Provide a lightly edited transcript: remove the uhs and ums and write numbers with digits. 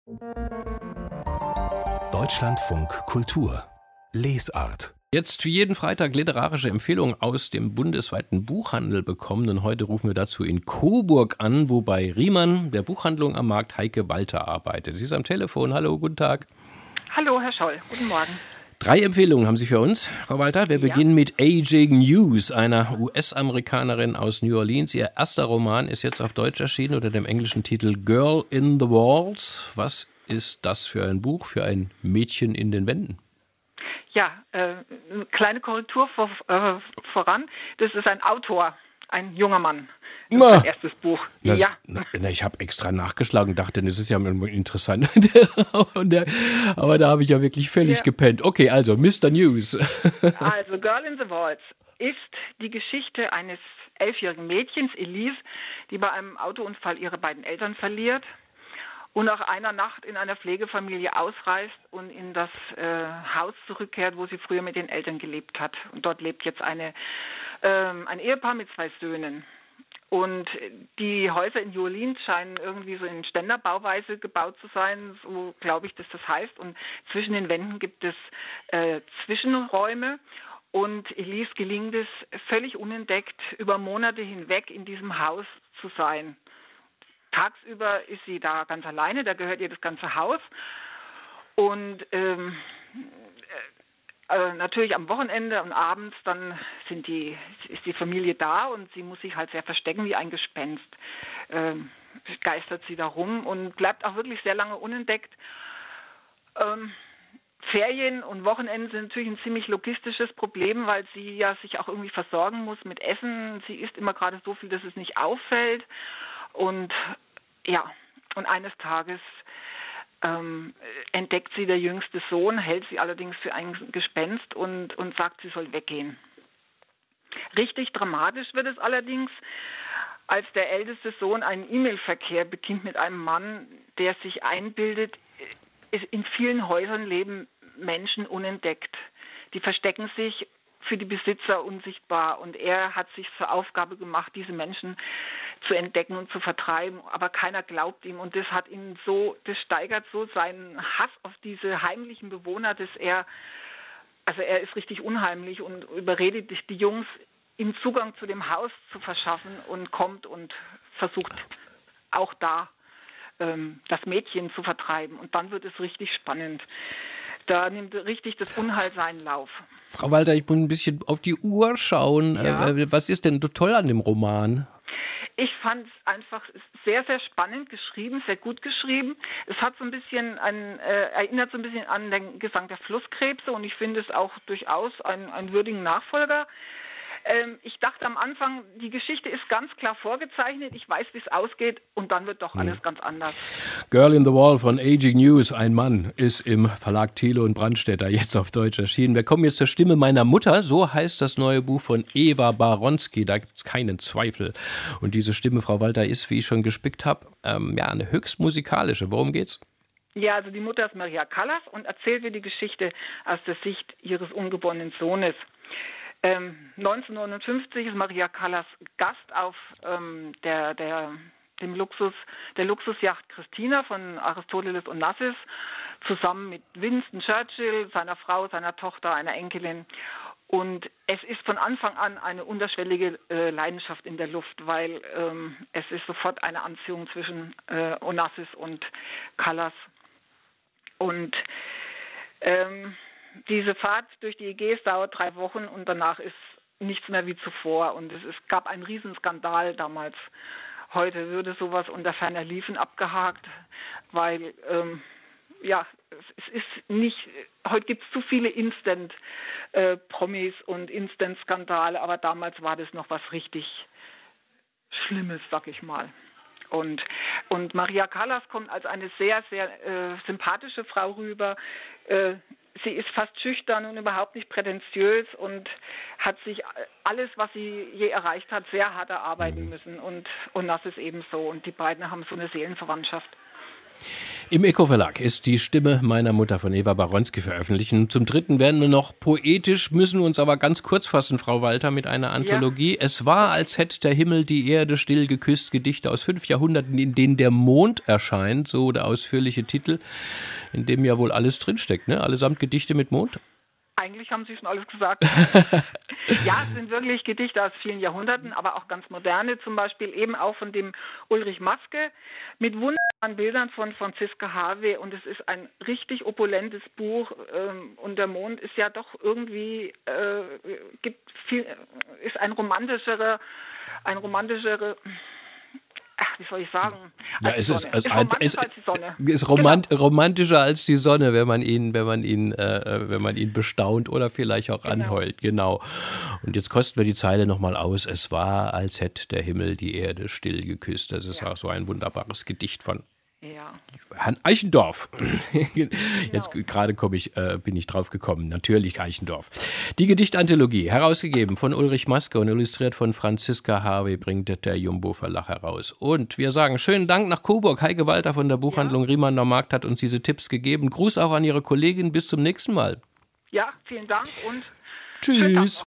Deutschlandfunk Kultur Lesart. Jetzt wie jeden Freitag literarische Empfehlungen aus dem bundesweiten Buchhandel bekommen. Und heute rufen wir dazu in Coburg an, wo bei Riemann, der Buchhandlung am Markt, Heike Walter arbeitet. Sie ist am Telefon. Hallo, guten Tag. Hallo, Herr Scholl. Guten Morgen. 3 Empfehlungen haben Sie für uns, Frau Walter. Wir beginnen mit Aging News, einer US-Amerikanerin aus New Orleans. Ihr erster Roman ist jetzt auf Deutsch erschienen unter dem englischen Titel Girl in the Walls. Was ist das für ein Buch, für ein Mädchen in den Wänden? Ja, eine kleine Korrektur voran. Das ist ein Autor, ein junger Mann. Das ist sein erstes Buch. Ich habe extra nachgeschlagen und dachte, das ist ja interessant. Aber da habe ich ja wirklich völlig gepennt. Okay, also Mr. News. Also Girl in the Walls ist die Geschichte eines 11-jährigen Mädchens, Elise, die bei einem Autounfall ihre beiden Eltern verliert und nach einer Nacht in einer Pflegefamilie ausreist und in das Haus zurückkehrt, wo sie früher mit den Eltern gelebt hat. Und dort lebt jetzt ein Ehepaar mit 2 Söhnen. Und die Häuser in New Orleans scheinen irgendwie so in Ständerbauweise gebaut zu sein, so glaube ich, dass das heißt. Und zwischen den Wänden gibt es Zwischenräume. Und Elise gelingt es, völlig unentdeckt über Monate hinweg in diesem Haus zu sein. Tagsüber ist sie da ganz alleine, da gehört ihr das ganze Haus. Und natürlich am Wochenende und abends dann ist die Familie da und sie muss sich halt sehr verstecken wie ein Gespenst. Geistert sie da rum und bleibt auch wirklich sehr lange unentdeckt. Ferien und Wochenenden sind natürlich ein ziemlich logistisches Problem, weil sie ja sich auch irgendwie versorgen muss mit Essen. Sie isst immer gerade so viel, dass es nicht auffällt. Und eines Tages entdeckt sie der jüngste Sohn, hält sie allerdings für ein Gespenst und sagt, sie soll weggehen. Richtig dramatisch wird es allerdings, als der älteste Sohn einen E-Mail-Verkehr beginnt mit einem Mann, der sich einbildet, in vielen Häusern leben Menschen unentdeckt. Die verstecken sich für die Besitzer unsichtbar und er hat sich zur Aufgabe gemacht, diese Menschen zu entdecken und zu vertreiben, aber keiner glaubt ihm und das steigert so seinen Hass auf diese heimlichen Bewohner, dass er ist richtig unheimlich und überredet die Jungs, ihm Zugang zu dem Haus zu verschaffen und kommt und versucht auch da das Mädchen zu vertreiben und dann wird es richtig spannend. Da nimmt richtig das Unheil seinen Lauf. Frau Walter, ich muss ein bisschen auf die Uhr schauen. Ja. Was ist denn so toll an dem Roman? Ich fand es einfach sehr, sehr spannend geschrieben, sehr gut geschrieben. Es hat so ein bisschen erinnert so ein bisschen an den Gesang der Flusskrebse und ich finde es auch durchaus einen würdigen Nachfolger. Ich dachte am Anfang, die Geschichte ist ganz klar vorgezeichnet, ich weiß, wie es ausgeht und dann wird doch alles ganz anders. Girl in the Wall von Aging News, ein Mann, ist im Verlag Thiele und Brandstätter jetzt auf Deutsch erschienen. Wir kommen jetzt zur Stimme meiner Mutter, so heißt das neue Buch von Eva Baronski, da gibt es keinen Zweifel. Und diese Stimme, Frau Walter, ist, wie ich schon gespickt habe, eine höchst musikalische. Worum geht's? Ja, also die Mutter ist Maria Callas und erzählt ihr die Geschichte aus der Sicht ihres ungeborenen Sohnes. 1959 ist Maria Callas Gast auf der Luxusjacht Christina von Aristoteles Onassis zusammen mit Winston Churchill, seiner Frau, seiner Tochter, einer Enkelin. Und es ist von Anfang an eine unterschwellige Leidenschaft in der Luft, weil es ist sofort eine Anziehung zwischen Onassis und Callas. Und diese Fahrt durch die Ägäis dauert 3 Wochen und danach ist nichts mehr wie zuvor. Und es gab einen Riesenskandal damals. Heute würde sowas unter ferner Liefen abgehakt, weil es ist nicht, heute gibt es zu viele Instant-Promis und Instant-Skandale, aber damals war das noch was richtig Schlimmes, sag ich mal. Und Maria Callas kommt als eine sehr, sehr sympathische Frau rüber. Sie ist fast schüchtern und überhaupt nicht prätentiös und hat sich alles, was sie je erreicht hat, sehr hart erarbeiten müssen. Und das ist eben so. Und die beiden haben so eine Seelenverwandtschaft. Im Eco-Verlag ist die Stimme meiner Mutter von Eva Baronski veröffentlicht. Und zum Dritten werden wir noch poetisch, müssen uns aber ganz kurz fassen, Frau Walter, mit einer Anthologie. Ja. Es war, als hätte der Himmel die Erde still geküsst. Gedichte aus 5 Jahrhunderten, in denen der Mond erscheint, so der ausführliche Titel, in dem ja wohl alles drinsteckt, ne? Allesamt Gedichte mit Mond? Eigentlich haben Sie schon alles gesagt. Ja, es sind wirklich Gedichte aus vielen Jahrhunderten, aber auch ganz moderne, zum Beispiel eben auch von dem Ulrich Maske mit wunderbaren Bildern von Franziska Harvey, und es ist ein richtig opulentes Buch, und der Mond ist ja doch irgendwie, ist ein romantischere, wie soll ich sagen? Ja, es ist romantischer als die Sonne, wenn man ihn bestaunt oder vielleicht auch anheult. Genau. Und jetzt kosten wir die Zeile nochmal aus. Es war, als hätte der Himmel die Erde still geküsst. Das ist auch so ein wunderbares Gedicht von Herrn Eichendorff. Jetzt gerade bin ich drauf gekommen. Natürlich Eichendorff. Die Gedichtanthologie, herausgegeben von Ulrich Maske und illustriert von Franziska Harvey, bringt der Jumbo Verlag heraus. Und wir sagen schönen Dank nach Coburg. Heike Walter von der Buchhandlung Riemann am Markt hat uns diese Tipps gegeben. Gruß auch an Ihre Kollegin. Bis zum nächsten Mal. Ja, vielen Dank und tschüss.